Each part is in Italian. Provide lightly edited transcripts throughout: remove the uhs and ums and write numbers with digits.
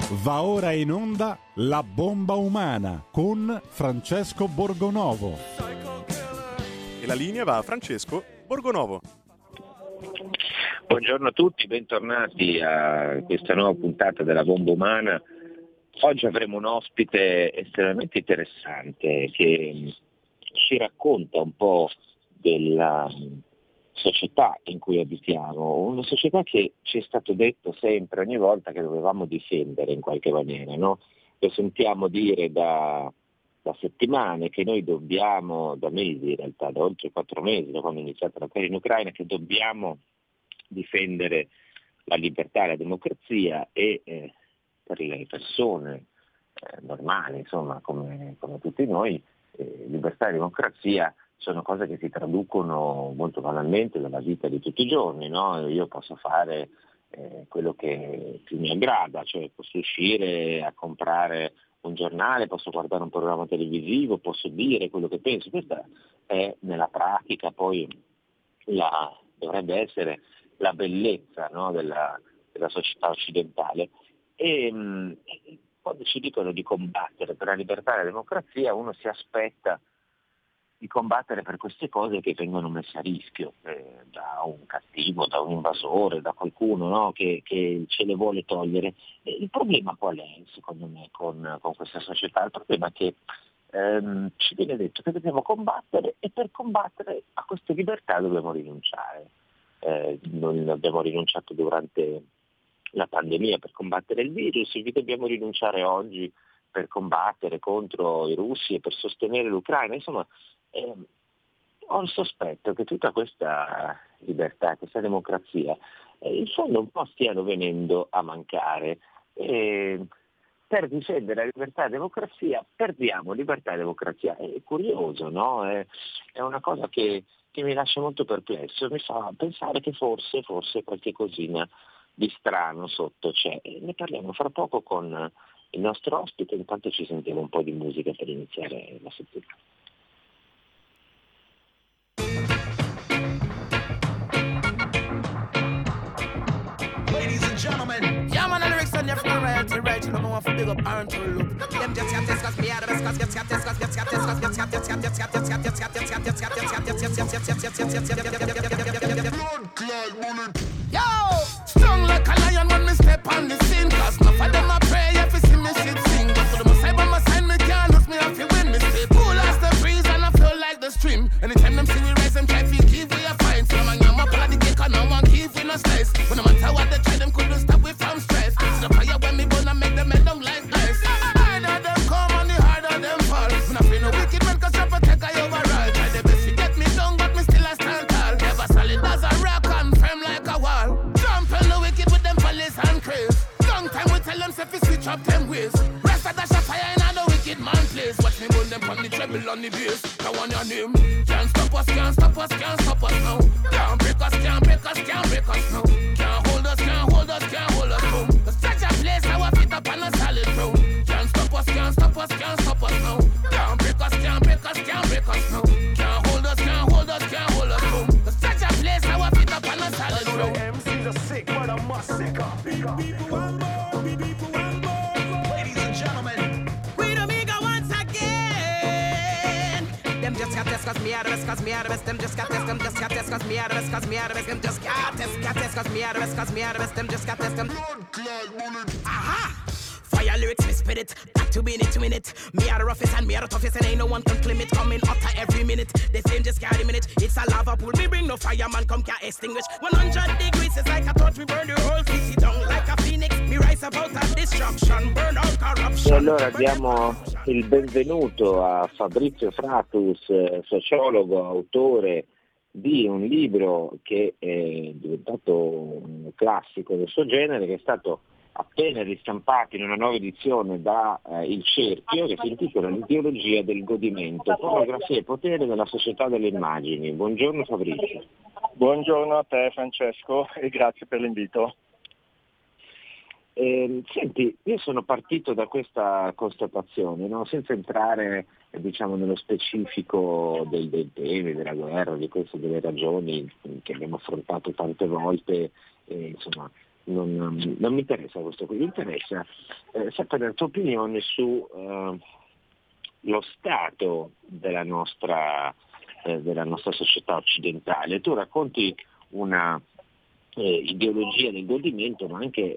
Va ora in onda La bomba umana con Francesco Borgonovo. E la linea va a Francesco Borgonovo. Buongiorno a tutti, bentornati a questa nuova puntata della bomba umana. Oggi avremo un ospite estremamente interessante che ci racconta un po' della società in cui abitiamo, una società che ci è stato detto sempre, ogni volta che dovevamo difendere in qualche maniera, no? Lo sentiamo dire da settimane che noi dobbiamo, da mesi in realtà, da oltre 4 mesi, da quando è iniziata la guerra in Ucraina, che dobbiamo difendere la libertà e la democrazia e per le persone normali, insomma, come tutti noi, libertà e democrazia sono cose che si traducono molto banalmente nella vita di tutti i giorni, no? Io posso fare quello che più mi aggrada, cioè posso uscire a comprare un giornale, posso guardare un programma televisivo, posso dire quello che penso. Questa è nella pratica poi dovrebbe essere la bellezza, no? della società occidentale. E quando ci dicono di combattere per la libertà e la democrazia, uno si aspetta di combattere per queste cose che vengono messe a rischio da un cattivo, da un invasore, da qualcuno, no? che ce le vuole togliere. Il problema qual è, secondo me, con questa società? Il problema è che ci viene detto che dobbiamo combattere e per combattere a queste libertà dobbiamo rinunciare. Non abbiamo rinunciato durante la pandemia per combattere il virus, vi dobbiamo rinunciare oggi per combattere contro i russi e per sostenere l'Ucraina. Insomma, ho il sospetto che tutta questa libertà, questa democrazia, in fondo un po' stiano venendo a mancare. Per difendere la libertà e la democrazia perdiamo libertà e democrazia. È curioso, no? È una cosa che mi lascia molto perplesso, mi fa pensare che forse qualche cosina di strano sotto c'è. Ne parliamo fra poco con il nostro ospite, intanto ci sentiamo un po' di musica per iniziare la settimana. Ladies and gentlemen, yeah man, the lyrics on your floor, royalty right, you know I want to big up Aaron to look. Them just got this, cause me out of this, cause get this, cause get this, cause get yo, strong like a lion when me step on the scene, cause enough of them a pray if you see me shit sing. But for them side by my side, me can't lose me if you win. Me stay cool as the breeze and I feel like the stream. Anytime them see we rise, them try to give we a fine. So man, I'm up on the cake and no one give we no slice. When no matter what they try, them couldn't stop we from strife. So the fire when me burn and make them head down like ice. The harder them come and the harder them fall. When I feel no wicked man, cause you're protect I overall. Try the best to get me down, but me still a stand tall. Never solid as a rock and firm like a wall. Jump on the wicked with them police and craze. Long time we tell them say fi switch up them ways. Rest of dash a fire in a the wicked man place. Watch me burn them on the treble on the bass. Now on your name. Can't stop us, can't stop us, can't stop us now. Can't break us, can't break us, can't break us now. Can't hold us, can't hold us, can't hold us now. Cause such a place our feet up on a solid ground. Can't stop us, can't stop us, can't stop us now. Can't break us, can't break us, can't break us now. Can't hold us, can't hold us, can't hold us now. Cause such a place our feet up on a solid ground. MCs are sick, but I must sick up. Ladies and gentlemen, we don't make it once again. Them just got this, cause me out of this, cause me out of this. Them just got this, them just got this, cause me out of this, cause me out of this. Them just got this, cause me out of this, cause me out of this. Them just got this, them. Aha! Fire lyrics, we spit it, back to minute. Me are the roughest and me are the toughest, and ain't no one can claim it. Coming hotter every minute, the same just carry minute. It's a lava pool, we bring no fireman, come can't extinguish. 100 degrees, it's like a torch, we burn the whole city down like a phoenix. Me rise about a destruction, burn out corruption. E allora diamo il benvenuto a Fabrizio Fratus, sociologo, autore di un libro che è diventato un classico del suo genere, che è stato appena ristampato in una nuova edizione da Il Cerchio, che si intitola L'ideologia del godimento, pornografia e potere nella società delle immagini. Buongiorno Fabrizio. Buongiorno a te Francesco e grazie per l'invito. Senti, io sono partito da questa constatazione, no? Senza entrare diciamo nello specifico dei temi, della guerra, di queste delle ragioni che abbiamo affrontato tante volte, insomma, non mi interessa questo qui, mi interessa sapere la tua opinione su lo stato della nostra società occidentale. Tu racconti una ideologia del godimento, ma anche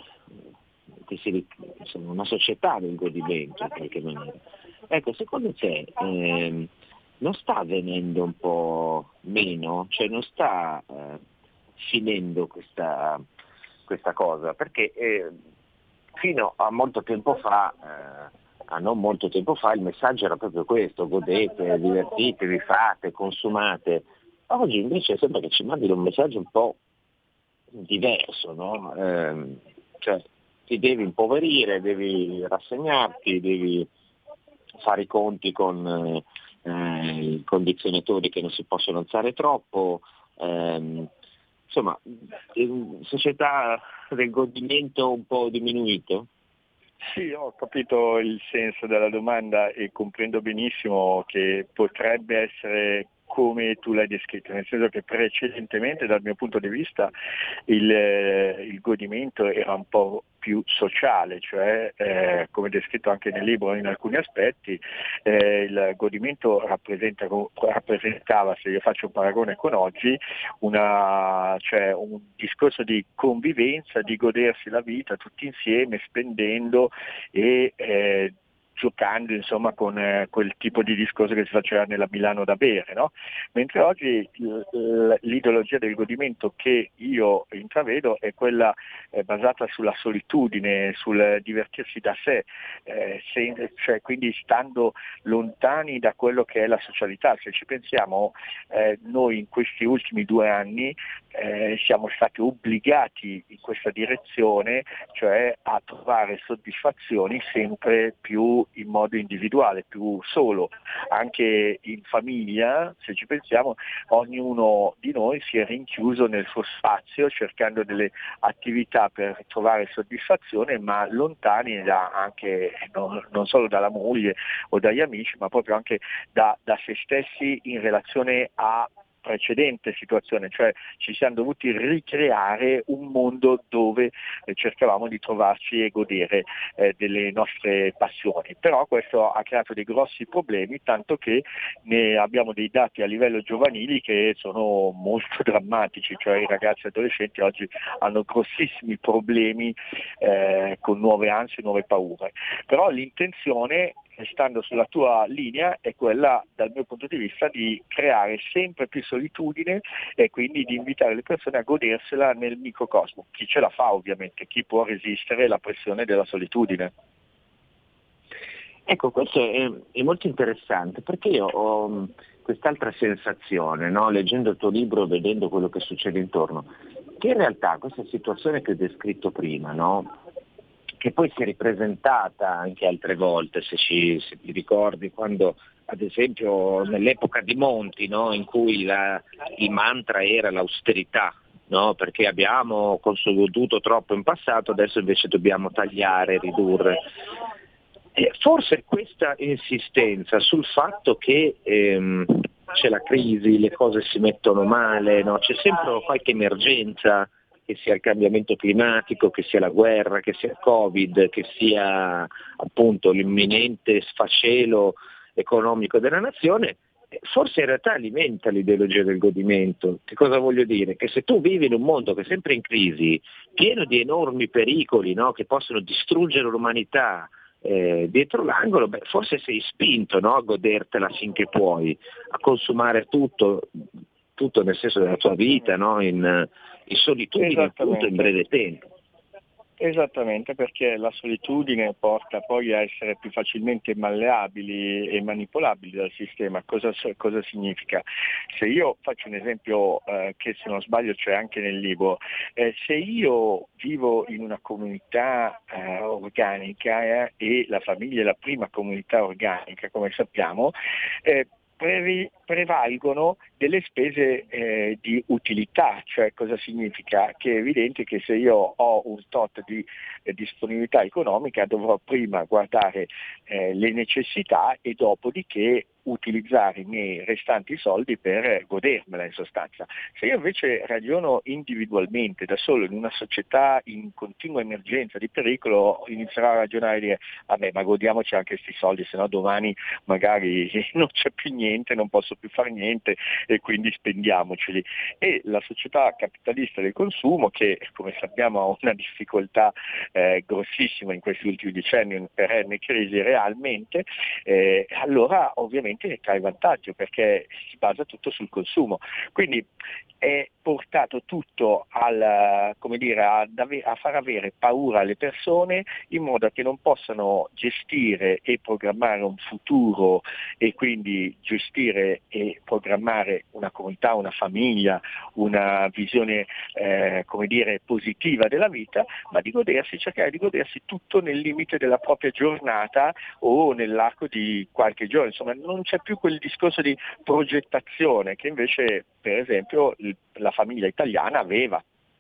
insomma, una società del godimento in qualche maniera. Ecco, secondo te non sta avvenendo un po' meno? Cioè non sta finendo questa cosa? Perché fino a molto tempo fa, a non molto tempo fa, il messaggio era proprio questo: godete, divertitevi, fate, consumate. Oggi invece sembra che ci mandino un messaggio un po' diverso, no? Cioè ti devi impoverire, devi rassegnarti, devi fare i conti con i condizionatori che non si possono alzare troppo, insomma, società del godimento un po' diminuito. Sì, ho capito il senso della domanda e comprendo benissimo che potrebbe essere come tu l'hai descritto, nel senso che precedentemente dal mio punto di vista il godimento era un po' più sociale, cioè come descritto anche nel libro in alcuni aspetti, il godimento rappresentava, se io faccio un paragone con oggi, cioè un discorso di convivenza, di godersi la vita tutti insieme, spendendo e giocando insomma con quel tipo di discorso che si faceva nella Milano da bere, no? Mentre oggi l'ideologia del godimento che io intravedo è quella basata sulla solitudine, sul divertirsi da sé, cioè quindi stando lontani da quello che è la socialità. Se ci pensiamo, noi in questi ultimi 2 anni siamo stati obbligati in questa direzione, cioè a trovare soddisfazioni sempre più in modo individuale, più solo. Anche in famiglia, se ci pensiamo, ognuno di noi si è rinchiuso nel suo spazio cercando delle attività per trovare soddisfazione, ma lontani anche non solo dalla moglie o dagli amici, ma proprio anche da se stessi in relazione a precedente situazione, cioè ci siamo dovuti ricreare un mondo dove cercavamo di trovarci e godere delle nostre passioni. Però questo ha creato dei grossi problemi, tanto che ne abbiamo dei dati a livello giovanili che sono molto drammatici, cioè i ragazzi e adolescenti oggi hanno grossissimi problemi con nuove ansie, nuove paure. Però l'intenzione, stando sulla tua linea, è quella, dal mio punto di vista, di creare sempre più solitudine e quindi di invitare le persone a godersela nel microcosmo. Chi ce la fa, ovviamente, chi può resistere alla pressione della solitudine. Ecco, questo è molto interessante, perché io ho quest'altra sensazione, no? Leggendo il tuo libro, vedendo quello che succede intorno, che in realtà questa situazione che ho descritto prima, no? Che poi si è ripresentata anche altre volte, se ti ricordi, quando ad esempio nell'epoca di Monti, no? In cui il mantra era l'austerità, no? Perché abbiamo consumato troppo in passato, adesso invece dobbiamo tagliare, ridurre. Forse questa insistenza sul fatto che c'è la crisi, le cose si mettono male, no? C'è sempre qualche emergenza, che sia il cambiamento climatico, che sia la guerra, che sia il Covid, che sia appunto l'imminente sfacelo economico della nazione, forse in realtà alimenta l'ideologia del godimento. Che cosa voglio dire? Che se tu vivi in un mondo che è sempre in crisi, pieno di enormi pericoli, no? Che possono distruggere l'umanità dietro l'angolo, forse sei spinto, no? A godertela finché puoi, a consumare tutto nel senso della tua vita, no? In solitudine, appunto, in breve tempo. Esattamente, perché la solitudine porta poi a essere più facilmente malleabili e manipolabili dal sistema. Cosa significa? Se io faccio un esempio che, se non sbaglio, c'è anche nel libro, se io vivo in una comunità organica e la famiglia è la prima comunità organica, come sappiamo, prevalgono delle spese di utilità. Cioè, cosa significa? Che è evidente che se io ho un tot di disponibilità economica dovrò prima guardare le necessità e dopodiché utilizzare i miei restanti soldi per godermela in sostanza. Se io invece ragiono individualmente, da solo, in una società in continua emergenza di pericolo, inizierò a ragionare e dire vabbè, ma godiamoci anche questi soldi, se no domani magari non c'è più niente, non posso più fare niente e quindi spendiamoceli. E la società capitalista del consumo, che come sappiamo ha una difficoltà grossissima in questi ultimi decenni, una perenne crisi realmente, allora ovviamente ne trae vantaggio perché si basa tutto sul consumo. Quindi è portato tutto a far avere paura alle persone in modo che non possano gestire e programmare un futuro e quindi gestire e programmare una comunità, una famiglia, una visione positiva della vita, ma cercare di godersi tutto nel limite della propria giornata o nell'arco di qualche giorno. Insomma, non c'è più quel discorso di progettazione che invece, per esempio, la famiglia italiana aveva.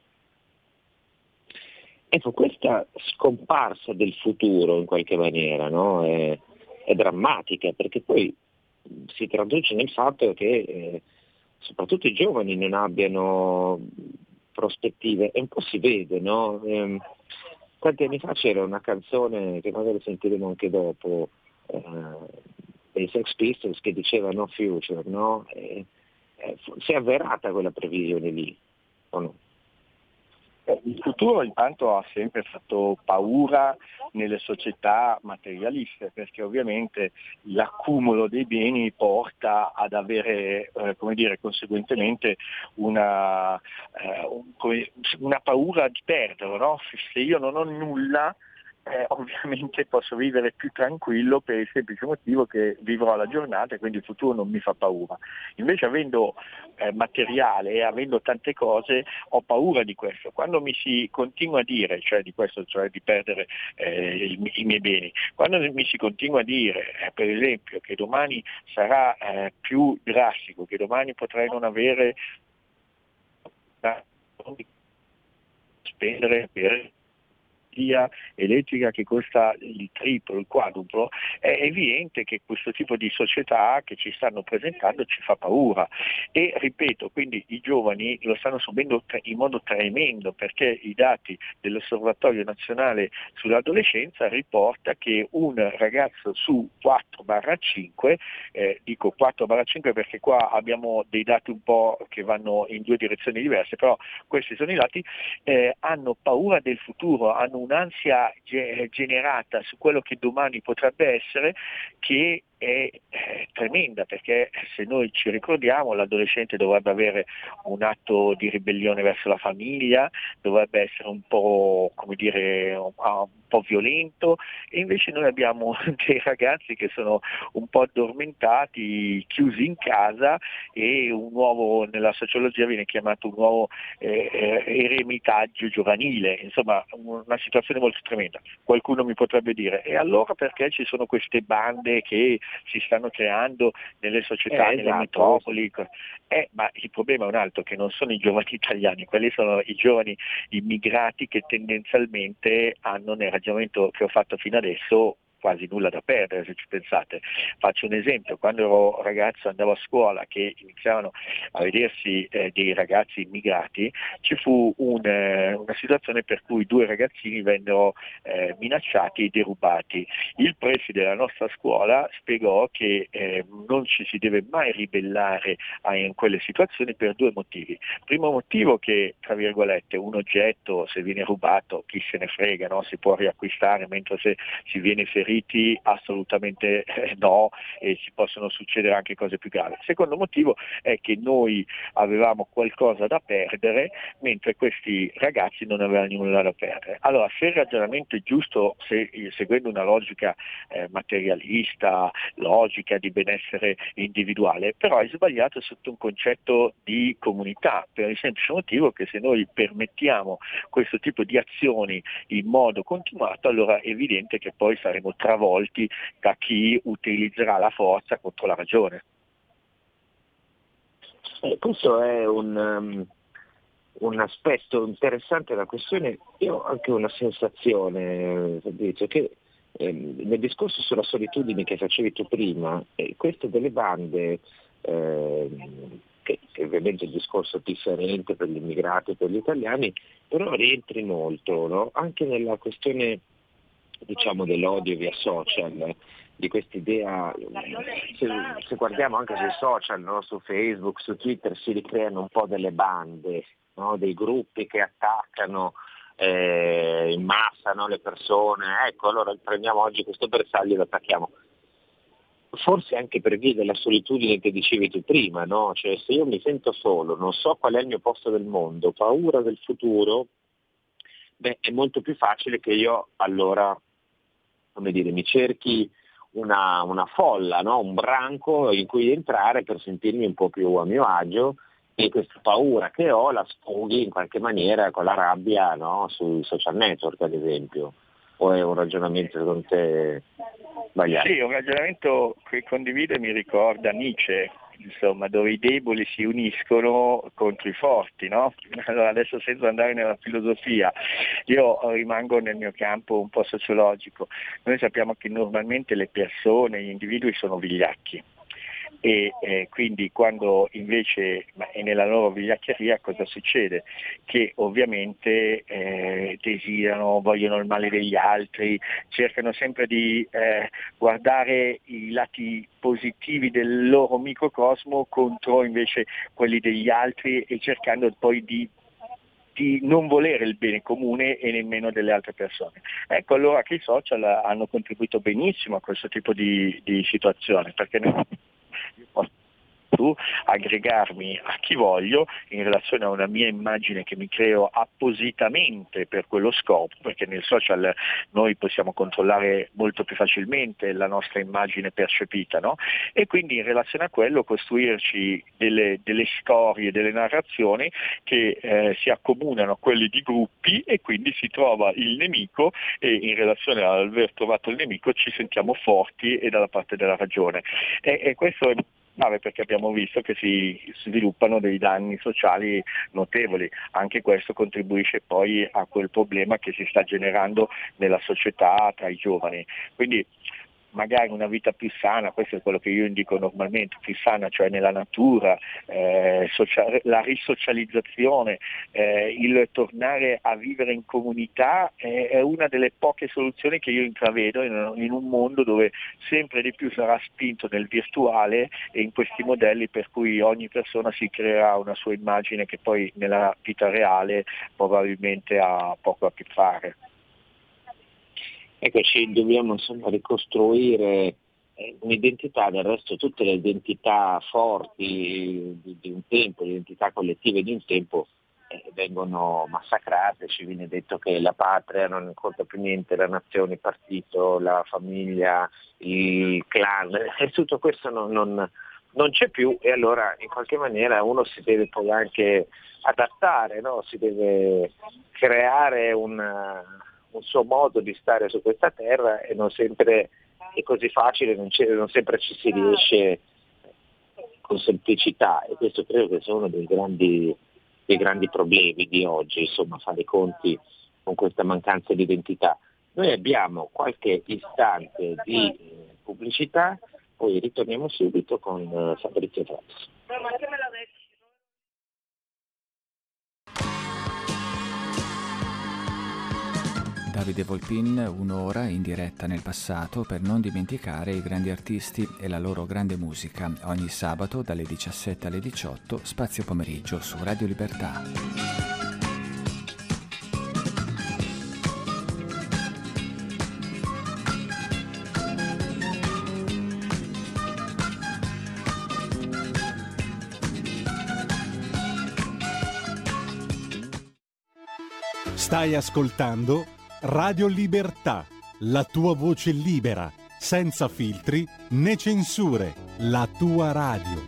Ecco, questa scomparsa del futuro in qualche maniera, no? È drammatica, perché poi si traduce nel fatto che soprattutto i giovani non abbiano prospettive, e un po' si vede, no? Tanti anni fa c'era una canzone che magari sentiremo anche dopo, dei Sex Pistols, che diceva no future, no? Si è avverata quella previsione lì, o no? Il futuro intanto ha sempre fatto paura nelle società materialiste, perché ovviamente l'accumulo dei beni porta ad avere conseguentemente una paura di perderlo, no? Se io non ho nulla, ovviamente posso vivere più tranquillo per il semplice motivo che vivrò la giornata e quindi il futuro non mi fa paura. Invece avendo materiale e avendo tante cose ho paura di questo. Quando mi si continua a dire, cioè di perdere i miei beni, quando mi si continua a dire per esempio che domani sarà più drastico, che domani potrei non avere spendere per elettrica che costa il triplo, il quadruplo, è evidente che questo tipo di società che ci stanno presentando ci fa paura e ripeto, quindi i giovani lo stanno subendo in modo tremendo, perché i dati dell'Osservatorio Nazionale sull'Adolescenza riporta che un ragazzo su 4/5, dico 4/5 perché qua abbiamo dei dati un po' che vanno in due direzioni diverse, però questi sono i dati, hanno paura del futuro, hanno un'ansia generata su quello che domani potrebbe essere, che è tremenda, perché se noi ci ricordiamo l'adolescente dovrebbe avere un atto di ribellione verso la famiglia, dovrebbe essere un po' un po' violento, e invece noi abbiamo dei ragazzi che sono un po' addormentati, chiusi in casa, e un nuovo, nella sociologia viene chiamato un nuovo eremitaggio giovanile, insomma una situazione molto tremenda. Qualcuno mi potrebbe dire e allora perché ci sono queste bande che si stanno creando nelle società, nelle metropoli? Ma il problema è un altro, che non sono i giovani italiani, quelli sono i giovani immigrati che tendenzialmente hanno, nel ragionamento che ho fatto fino adesso, quasi nulla da perdere, se ci pensate. Faccio un esempio: quando ero ragazzo andavo a scuola, che iniziavano a vedersi dei ragazzi immigrati, ci fu una situazione per cui 2 ragazzini vennero minacciati e derubati. Il preside della nostra scuola spiegò che non ci si deve mai ribellare in quelle situazioni per 2 motivi. Primo motivo, che tra virgolette un oggetto, se viene rubato, chi se ne frega, no? Si può riacquistare, mentre se si viene feriti assolutamente no, e ci possono succedere anche cose più gravi. Secondo motivo è che noi avevamo qualcosa da perdere, mentre questi ragazzi non avevano nulla da perdere. Allora, se il ragionamento è giusto, seguendo una logica materialista, logica di benessere individuale, però è sbagliato sotto un concetto di comunità, per il semplice motivo che se noi permettiamo questo tipo di azioni in modo continuato, allora è evidente che poi saremo travolti da chi utilizzerà la forza contro la ragione. Questo è un aspetto interessante della questione. Io ho anche una sensazione, Fabrizio, che nel discorso sulla solitudine che facevi tu prima, questo delle bande, che ovviamente è un discorso differente per gli immigrati e per gli italiani, però rientri molto, no? Anche nella questione, diciamo, dell'odio via social, di quest'idea, se guardiamo anche sui social, no? Su Facebook, su Twitter, si ricreano un po' delle bande, no? Dei gruppi che attaccano in massa, no? Le persone. Ecco, allora prendiamo oggi questo bersaglio e lo attacchiamo. Forse anche per via della solitudine che dicevi tu prima, no? Cioè, se io mi sento solo, non so qual è il mio posto nel mondo, paura del futuro, è molto più facile che io allora, come dire, mi cerchi una folla, no? Un branco in cui entrare per sentirmi un po' più a mio agio, e questa paura che ho la sfoghi in qualche maniera con la rabbia, no? Sui social network, ad esempio. O è un ragionamento secondo te sbagliato? Sì, un ragionamento che condivido mi ricorda Nietzsche, insomma, dove i deboli si uniscono contro i forti, no? Allora, adesso, senza andare nella filosofia, io rimango nel mio campo un po' sociologico. Noi sappiamo che normalmente le persone, gli individui sono vigliacchi. E quindi quando invece è nella loro vigliaccheria cosa succede? Che ovviamente desiderano, vogliono il male degli altri, cercano sempre di guardare i lati positivi del loro microcosmo contro invece quelli degli altri, e cercando poi di non volere il bene comune e nemmeno delle altre persone. Ecco allora che i social hanno contribuito benissimo a questo tipo di situazione, perché aggregarmi a chi voglio in relazione a una mia immagine che mi creo appositamente per quello scopo, perché nel social noi possiamo controllare molto più facilmente la nostra immagine percepita, no? E quindi in relazione a quello costruirci delle storie, delle narrazioni che si accomunano a quelli di gruppi, e quindi si trova il nemico, e in relazione all'aver trovato il nemico ci sentiamo forti e dalla parte della ragione. E questo è perché abbiamo visto che si sviluppano dei danni sociali notevoli. Anche questo contribuisce poi a quel problema che si sta generando nella società tra i giovani. Quindi magari una vita più sana, questo è quello che io indico normalmente, più sana, cioè nella natura, la risocializzazione, il tornare a vivere in comunità è una delle poche soluzioni che io intravedo in un mondo dove sempre di più sarà spinto nel virtuale e in questi modelli per cui ogni persona si creerà una sua immagine che poi nella vita reale probabilmente ha poco a che fare. Ecco, ci dobbiamo insomma ricostruire un'identità. Del resto tutte le identità forti di un tempo, le identità collettive di un tempo vengono massacrate. Ci viene detto che la patria non conta più niente, la nazione, il partito, la famiglia, il clan, e tutto questo non c'è più, e allora in qualche maniera uno si deve poi anche adattare, no? Si deve creare un suo modo di stare su questa terra, e non sempre è così facile, non sempre ci si riesce con semplicità, e questo credo che sia uno dei grandi problemi di oggi, insomma, fare i conti con questa mancanza di identità. Noi abbiamo qualche istante di pubblicità, poi ritorniamo subito con Fabrizio Frazzi. Davide Volpin, un'ora in diretta nel passato per non dimenticare i grandi artisti e la loro grande musica. Ogni sabato dalle 17 alle 18, Spazio Pomeriggio su Radio Libertà. Stai ascoltando Radio Libertà, la tua voce libera, senza filtri né censure, la tua radio.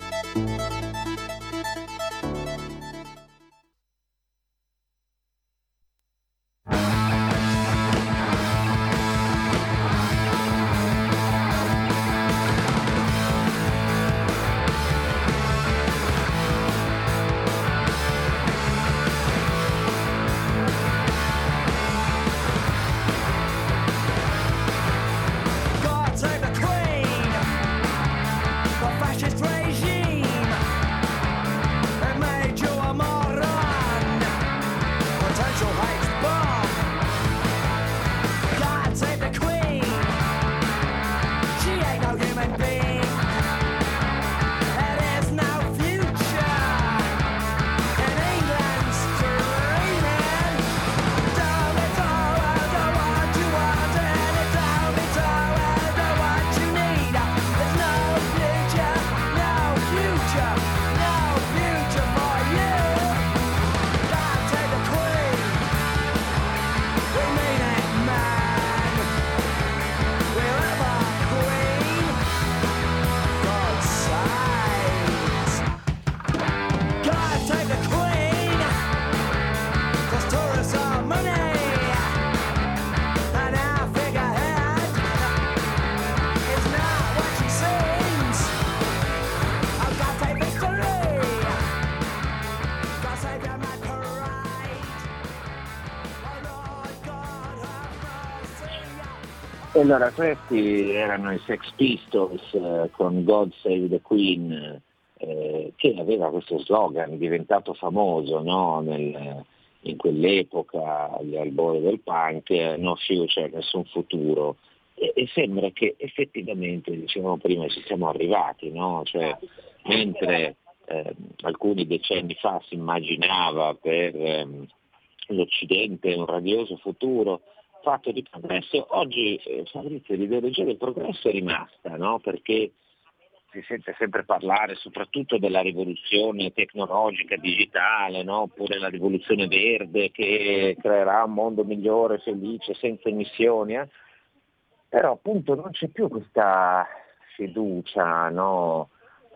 Allora, questi erano i Sex Pistols con God Save the Queen, che aveva questo slogan diventato famoso, no? In quell'epoca, agli albori del punk, no future, nessun futuro. E sembra che effettivamente, dicevamo prima, ci siamo arrivati, no? Cioè, mentre alcuni decenni fa si immaginava per l'Occidente un radioso futuro fatto di progresso, oggi Fabrizio, l'ideologia del progresso è rimasta, no? Perché si sente sempre parlare soprattutto della rivoluzione tecnologica, digitale, no? Oppure la rivoluzione verde che creerà un mondo migliore, felice, senza emissioni, Però appunto non c'è più questa fiducia, no?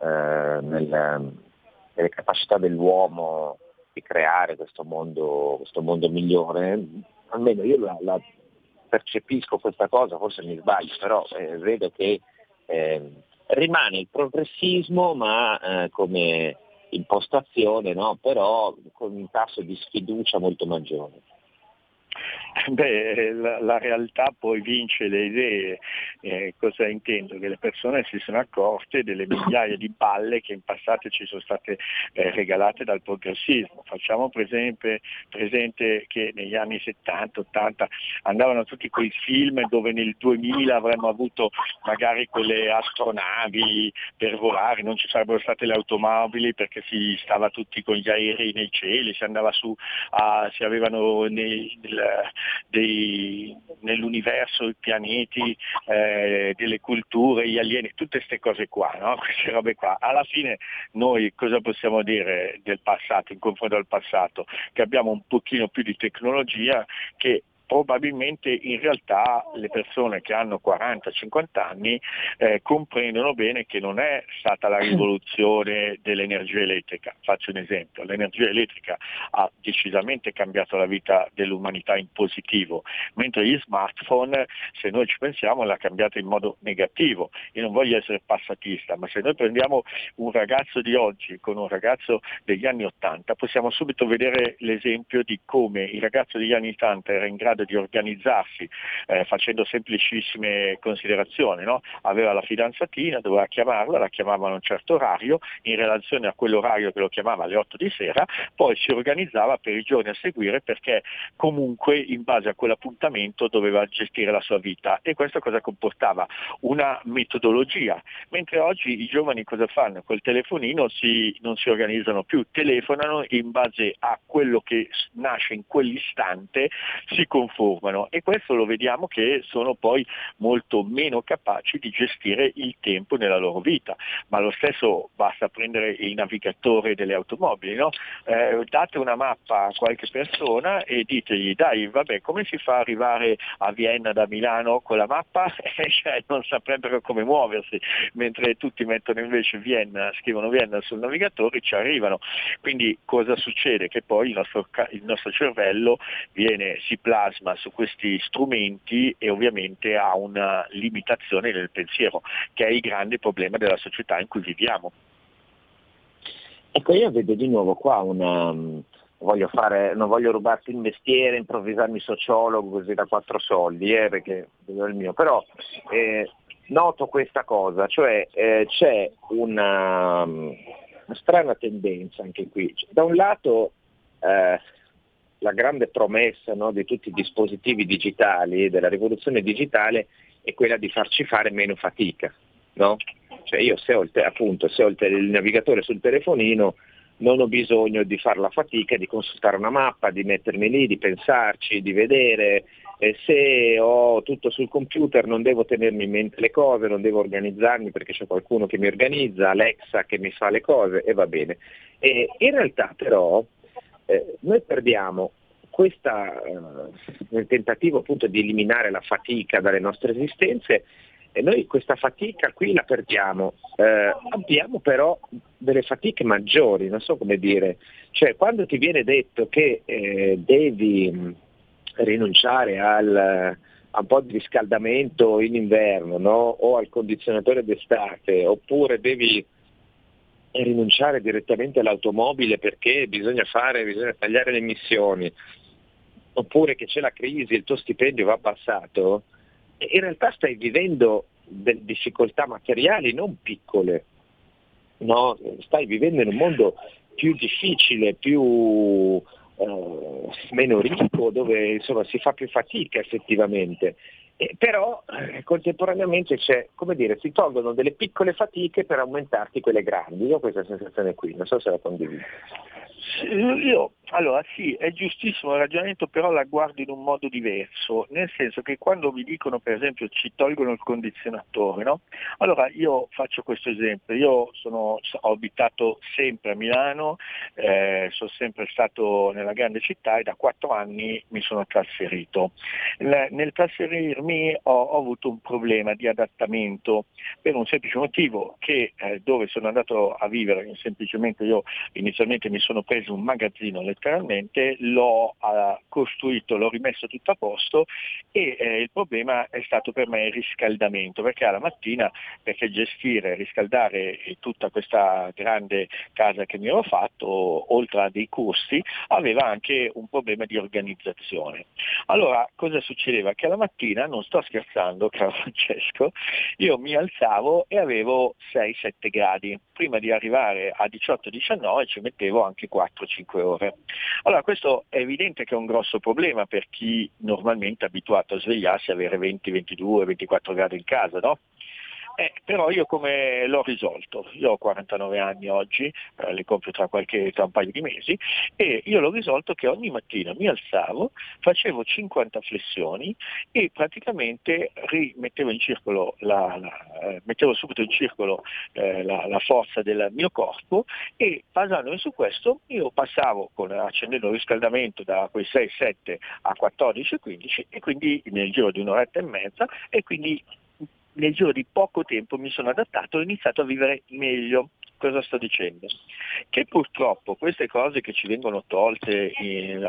Nelle capacità dell'uomo di creare questo mondo migliore. Almeno io la percepisco questa cosa, forse mi sbaglio, però vedo che rimane il progressismo, ma come impostazione, no? Però con un tasso di sfiducia molto maggiore. La realtà poi vince le idee. Cosa intendo? Che le persone si sono accorte delle migliaia di balle che in passato ci sono state regalate dal progressismo. Facciamo presente che negli anni 70-80 andavano tutti quei film dove nel 2000 avremmo avuto magari quelle astronavi per volare, non ci sarebbero state le automobili perché si stava tutti con gli aerei nei cieli, si andava su, si avevano nell'universo i pianeti, delle culture, gli alieni, tutte queste cose qua, no? Queste robe qua. Alla fine noi cosa possiamo dire del passato, in confronto al passato? Che abbiamo un pochino più di tecnologia, che probabilmente in realtà le persone che hanno 40-50 anni comprendono bene che non è stata la rivoluzione dell'energia elettrica. Faccio un esempio: l'energia elettrica ha decisamente cambiato la vita dell'umanità in positivo, mentre gli smartphone, se noi ci pensiamo, l'ha cambiata in modo negativo. Io non voglio essere passatista, ma se noi prendiamo un ragazzo di oggi con un ragazzo degli anni 80, possiamo subito vedere l'esempio di come il ragazzo degli anni 80 era in grado di organizzarsi facendo semplicissime considerazioni, no? Aveva la fidanzatina, doveva chiamarla, la chiamavano a un certo orario, in relazione a quell'orario che lo chiamava alle 8 di sera, poi si organizzava per i giorni a seguire, perché comunque in base a quell'appuntamento doveva gestire la sua vita, e questo cosa comportava? Una metodologia. Mentre oggi i giovani cosa fanno? Col telefonino non si organizzano più, telefonano in base a quello che nasce in quell'istante, si conformano, e questo lo vediamo che sono poi molto meno capaci di gestire il tempo nella loro vita. Ma lo stesso basta prendere il navigatore delle automobili, no? Date una mappa a qualche persona e ditegli: dai, vabbè, come si fa ad arrivare a Vienna da Milano con la mappa? Cioè, non saprebbero come muoversi, mentre tutti mettono invece Vienna, scrivono Vienna sul navigatore e ci arrivano. Quindi cosa succede? Che poi il nostro cervello si plasma su questi strumenti e ovviamente ha una limitazione nel pensiero, che è il grande problema della società in cui viviamo. Ecco, io vedo di nuovo qua non voglio rubarti il mestiere, improvvisarmi sociologo così da 4 soldi, perché è il mio, però noto questa cosa, cioè c'è una strana tendenza anche qui. Da un lato la grande promessa, no, di tutti i dispositivi digitali, della rivoluzione digitale, è quella di farci fare meno fatica, no? Cioè io se ho il navigatore sul telefonino non ho bisogno di fare la fatica di consultare una mappa, di mettermi lì, di pensarci, di vedere. Se ho tutto sul computer non devo tenermi in mente le cose, non devo organizzarmi perché c'è qualcuno che mi organizza, Alexa che mi fa le cose, e va bene. E in realtà però noi perdiamo nel tentativo appunto di eliminare la fatica dalle nostre esistenze, e noi questa fatica qui la perdiamo. Abbiamo però delle fatiche maggiori, non so come dire, cioè quando ti viene detto che devi rinunciare a un po' di riscaldamento in inverno, no? O al condizionatore d'estate, oppure devi rinunciare direttamente all'automobile perché bisogna tagliare le emissioni, oppure che c'è la crisi e il tuo stipendio va abbassato, in realtà stai vivendo delle difficoltà materiali non piccole, no? Stai vivendo in un mondo più difficile, meno ricco, dove insomma si fa più fatica effettivamente. Però contemporaneamente si tolgono delle piccole fatiche per aumentarti quelle grandi. Io ho questa sensazione qui, non so se la condivido. Allora sì, è giustissimo il ragionamento, però la guardo in un modo diverso, nel senso che quando mi dicono per esempio ci tolgono il condizionatore, no? Allora io faccio questo esempio, io ho abitato sempre a Milano, sono sempre stato nella grande città e da 4 anni mi sono trasferito. Nel trasferirmi ho avuto un problema di adattamento per un semplice motivo che dove sono andato a vivere, semplicemente io inizialmente mi sono preso un magazzino letteralmente, l'ho costruito, l'ho rimesso tutto a posto e il problema è stato per me il riscaldamento, perché alla mattina, perché gestire, riscaldare tutta questa grande casa che mi ero fatto, oltre a dei costi, aveva anche un problema di organizzazione. Allora cosa succedeva? Che alla mattina, non sto scherzando caro Francesco, io mi alzavo e avevo 6-7 gradi, prima di arrivare a 18-19 ci mettevo anche 4-5 ore. Allora questo è evidente che è un grosso problema per chi normalmente è abituato a svegliarsi e avere 20, 22, 24 gradi in casa, no? Però io come l'ho risolto? Io ho 49 anni oggi, li compio tra un paio di mesi, e io l'ho risolto che ogni mattina mi alzavo, facevo 50 flessioni e praticamente rimettevo in circolo mettevo subito in circolo la forza del mio corpo, e basandomi su questo io passavo accendendo il riscaldamento da quei 6-7 a 14-15 e quindi nel giro di un'oretta e mezza, e quindi nel giro di poco tempo mi sono adattato e ho iniziato a vivere meglio. Cosa sto dicendo? Che purtroppo queste cose che ci vengono tolte in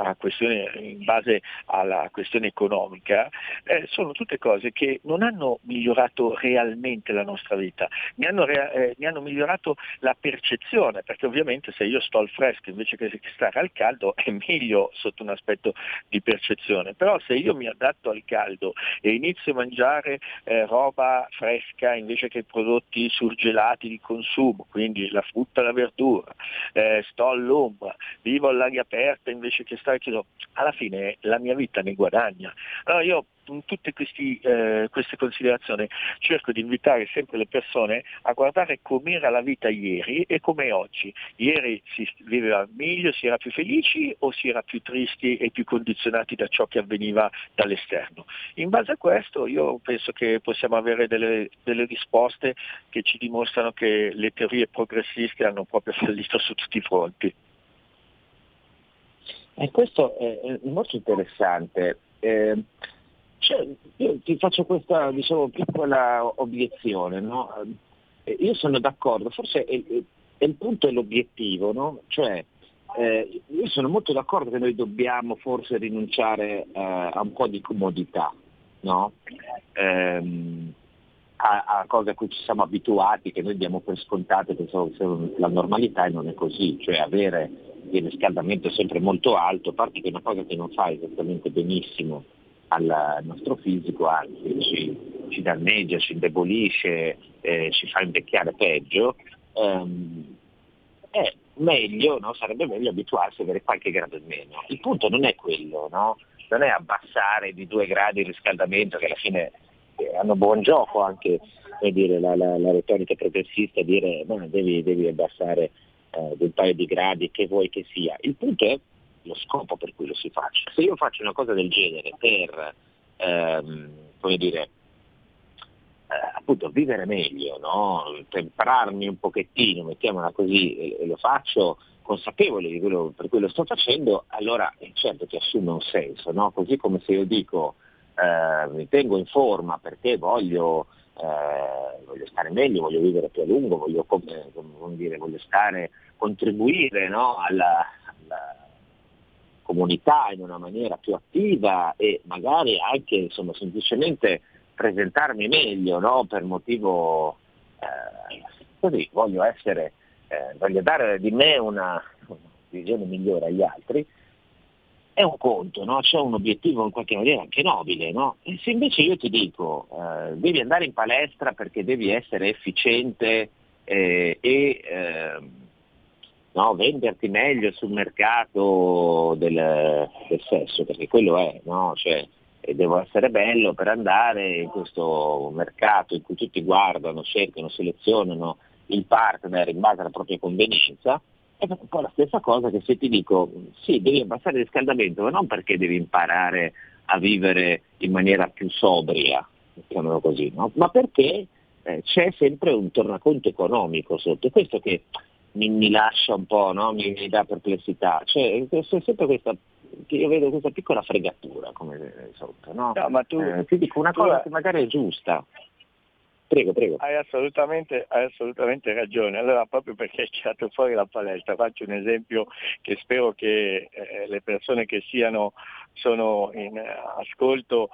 base alla questione economica sono tutte cose che non hanno migliorato realmente la nostra vita, ne hanno migliorato la percezione, perché ovviamente se io sto al fresco invece che stare al caldo è meglio sotto un aspetto di percezione, però se io mi adatto al caldo e inizio a mangiare roba fresca invece che prodotti surgelati di consumo, quindi la frutta e la verdura, sto all'ombra, vivo all'aria aperta invece che stare chiuso, alla fine la mia vita ne guadagna. Allora io in tutte queste considerazioni cerco di invitare sempre le persone a guardare com'era la vita ieri e com'è oggi. Ieri si viveva meglio, si era più felici o si era più tristi e più condizionati da ciò che avveniva dall'esterno. In base a questo io penso che possiamo avere delle risposte che ci dimostrano che le teorie progressiste hanno proprio fallito su tutti i fronti. E questo è molto interessante. Io ti faccio questa piccola obiezione, no? Io sono d'accordo, forse il punto è l'obiettivo, no? Cioè io sono molto d'accordo che noi dobbiamo forse rinunciare a un po' di comodità, no? A cose a cui ci siamo abituati, che noi diamo per scontate, pensavo che sia la normalità, e non è così, cioè avere il riscaldamento sempre molto alto, a parte che è una cosa che non fa esattamente benissimo al nostro fisico, anzi ci danneggia, ci indebolisce, ci fa invecchiare peggio, è meglio, no? Sarebbe meglio abituarsi ad avere qualche grado in meno. Il punto non è quello, no? Non è abbassare di 2 gradi il riscaldamento, che alla fine hanno buon gioco anche la retorica progressista, dire no, devi abbassare di un paio di gradi, che vuoi che sia. Il punto è lo scopo per cui lo si faccia. Se io faccio una cosa del genere per appunto vivere meglio, no? Temperarmi un pochettino, mettiamola così, e lo faccio consapevole di quello per cui lo sto facendo, allora certo che assume un senso, no? Così come se io dico mi tengo in forma perché voglio stare meglio, voglio vivere più a lungo, voglio contribuire, no? alla comunità in una maniera più attiva e magari anche semplicemente presentarmi meglio, no? Per motivo così, voglio dare di me una visione migliore agli altri. è un conto, no? C'è un obiettivo in qualche maniera anche nobile, no? E se invece io ti dico devi andare in palestra perché devi essere efficiente no, venderti meglio sul mercato del sesso, perché quello è, no? Cioè, devo essere bello per andare in questo mercato in cui tutti guardano, cercano, selezionano il partner in base alla propria convenienza. È un po' la stessa cosa che se ti dico sì, devi abbassare il riscaldamento, ma non perché devi imparare a vivere in maniera più sobria, diciamolo così, no? Ma perché c'è sempre un tornaconto economico sotto, e questo che mi lascia un po', no? mi dà perplessità, cioè c'è sempre questa, che io vedo questa piccola fregatura come sotto, no? No, ma ti dico una cosa che magari è giusta. Prego. Hai assolutamente ragione. Allora, proprio perché hai tirato fuori la palestra, faccio un esempio che spero che le persone che sono in ascolto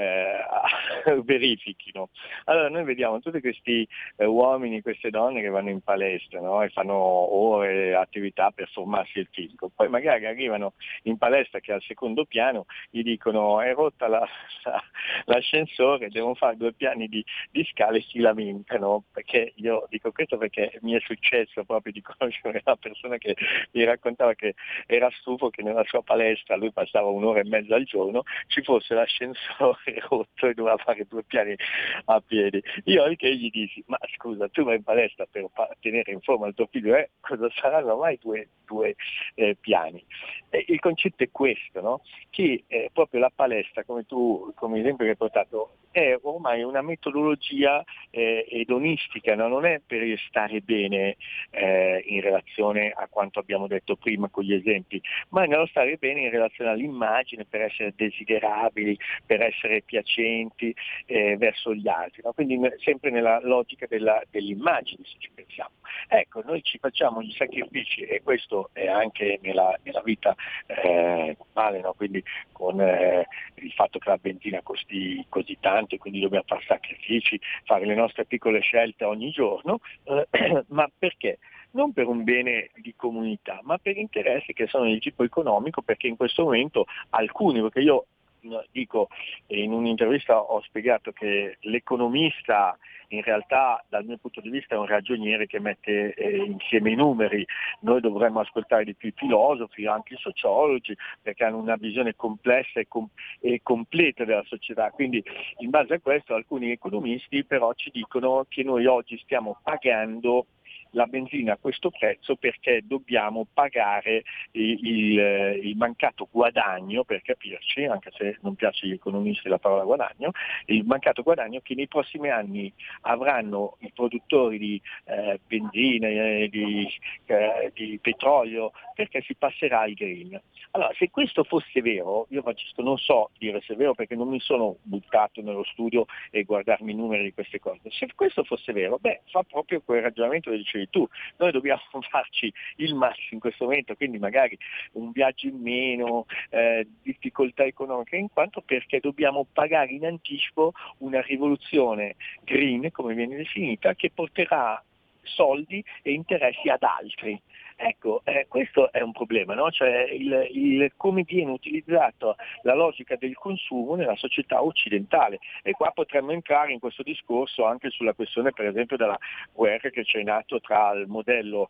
verifichino. Allora, noi vediamo tutti questi uomini, queste donne che vanno in palestra, no? E fanno ore, attività per formarsi il fisico. Poi magari arrivano in palestra che al secondo piano gli dicono è rotta l'ascensore, devono fare 2 piani di scale, si lamentano. Perché io dico questo perché mi è successo proprio di conoscere una persona che mi raccontava che era stufo che nella sua palestra lui passava 1 ora e mezza al giorno, ci fosse l'ascensore rotto e doveva fare 2 piani a piedi. Io anche gli dissi, ma scusa, tu vai in palestra per tenere in forma il tuo figlio, cosa saranno mai due piani? Il concetto è questo, no? Che proprio la palestra, come esempio che hai portato, è ormai una metodologia edonistica, no? Non è per stare bene in relazione a quanto abbiamo detto prima con gli esempi, ma è nello stare bene in relazione all'immagine, per essere desiderabili, per essere piacenti verso gli altri, no? Quindi sempre nella logica dell'immagine, se ci pensiamo. Ecco, noi ci facciamo gli sacrifici, e questo è anche nella vita normale, no? Quindi con il fatto che la benzina costi così tanto, e quindi dobbiamo fare sacrifici, fare le nostre piccole scelte ogni giorno, ma perché? Non per un bene di comunità, ma per interessi che sono di tipo economico, perché in questo momento alcuni, perché io dico, in un'intervista ho spiegato che l'economista in realtà dal mio punto di vista è un ragioniere che mette insieme i numeri. Noi dovremmo ascoltare di più i filosofi, anche i sociologi, perché hanno una visione complessa e completa della società. Quindi in base a questo alcuni economisti però ci dicono che noi oggi stiamo pagando la benzina a questo prezzo perché dobbiamo pagare il mancato guadagno, per capirci, anche se non piace agli economisti la parola guadagno, il mancato guadagno che nei prossimi anni avranno i produttori di benzina, di petrolio, perché si passerà al green. Allora, se questo fosse vero, io Francesco non so dire se è vero perché non mi sono buttato nello studio e guardarmi i numeri di queste cose. Se questo fosse vero, fa proprio quel ragionamento che dicevi tu. Noi dobbiamo farci il massimo in questo momento, quindi magari un viaggio in meno, difficoltà economiche, in quanto perché dobbiamo pagare in anticipo una rivoluzione green, come viene definita, che porterà soldi e interessi ad altri. Ecco, questo è un problema, no? Cioè come viene utilizzata la logica del consumo nella società occidentale, e qua potremmo entrare in questo discorso anche sulla questione per esempio della guerra che c'è in atto tra il modello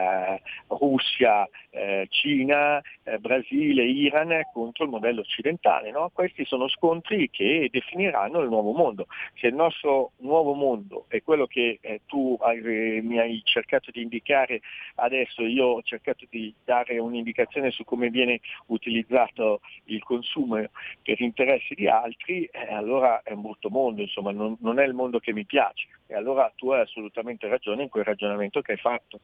Russia, Cina, Brasile, Iran contro il modello occidentale, no? Questi sono scontri che definiranno il nuovo mondo. Se il nostro nuovo mondo è quello che tu mi hai cercato di indicare adesso, io ho cercato di dare un'indicazione su come viene utilizzato il consumo per interessi di altri, allora è un brutto mondo, insomma, non è il mondo che mi piace. E allora tu hai assolutamente ragione in quel ragionamento che hai fatto.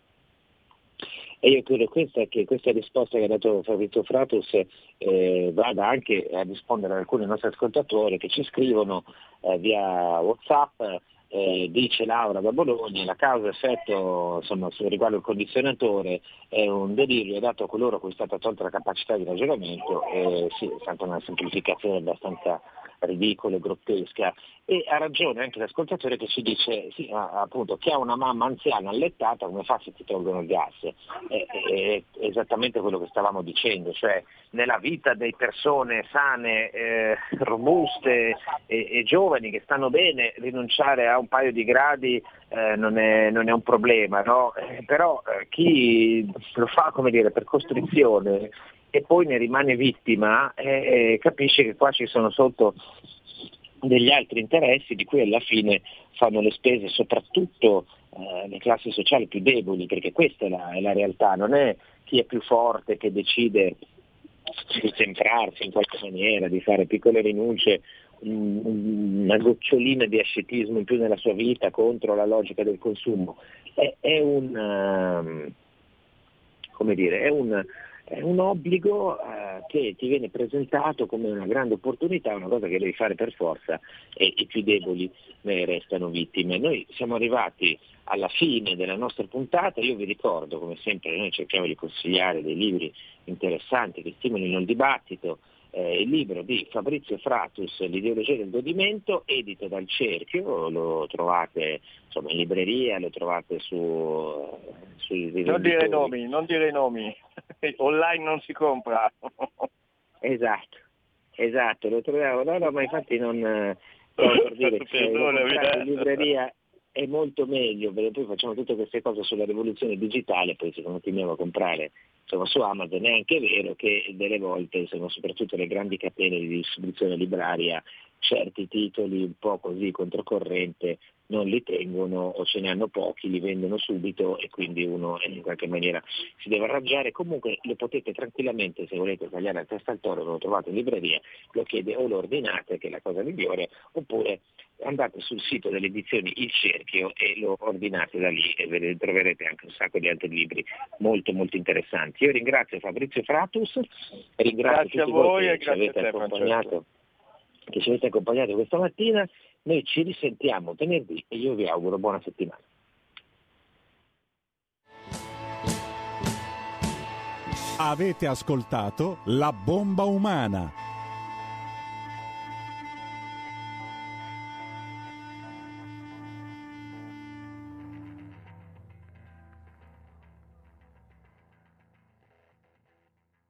E io credo che questa risposta che ha dato Fabrizio Fratus vada anche a rispondere ad alcuni nostri ascoltatori che ci scrivono via WhatsApp. Dice Laura da Bologna, la causa-effetto riguardo il condizionatore è un delirio dato a coloro a cui è stata tolta la capacità di ragionamento. Sì, è stata una semplificazione abbastanza ridicola e grottesca. E ha ragione anche l'ascoltatore che ci dice, sì, appunto, chi ha una mamma anziana allettata come fa se ti tolgono il gas? È esattamente quello che stavamo dicendo, cioè nella vita di persone sane, robuste e giovani che stanno bene, rinunciare a un paio di gradi non è un problema, no? Però chi lo fa, come dire, per costrizione e poi ne rimane vittima, capisce che qua ci sono sotto degli altri interessi di cui alla fine fanno le spese soprattutto le classi sociali più deboli, perché questa è la realtà, non è chi è più forte che decide di centrarsi in qualche maniera, di fare piccole rinunce, una gocciolina di ascetismo in più nella sua vita contro la logica del consumo. È un obbligo che ti viene presentato come una grande opportunità, una cosa che devi fare per forza, e i più deboli ne restano vittime. Noi siamo arrivati alla fine della nostra puntata. Io vi ricordo, come sempre, noi cerchiamo di consigliare dei libri interessanti che stimolino il dibattito. Il libro di Fabrizio Fratus, L'ideologia del godimento, edito dal Cerchio, lo trovate insomma in libreria, lo trovate sui Non dire nomi, online non si compra. Esatto, lo troviamo, no, ma infatti non per dire che in libreria è molto meglio, perché poi facciamo tutte queste cose sulla rivoluzione digitale, poi se continuiamo a comprare insomma su Amazon. È anche vero che delle volte sono soprattutto le grandi catene di distribuzione libraria, certi titoli un po' così controcorrente non li tengono o ce ne hanno pochi, li vendono subito e quindi uno in qualche maniera si deve arrangiare. Comunque lo potete tranquillamente, se volete tagliare la testa al toro, lo trovate in libreria, lo chiede o lo ordinate, che è la cosa migliore, oppure andate sul sito delle edizioni Il Cerchio e lo ordinate da lì e troverete anche un sacco di altri libri molto molto interessanti. Io ringrazio Fabrizio Fratus, ringrazio tutti voi che ci avete accompagnato questa mattina. Noi ci risentiamo venerdì e io vi auguro buona settimana. Avete ascoltato La Bomba Umana,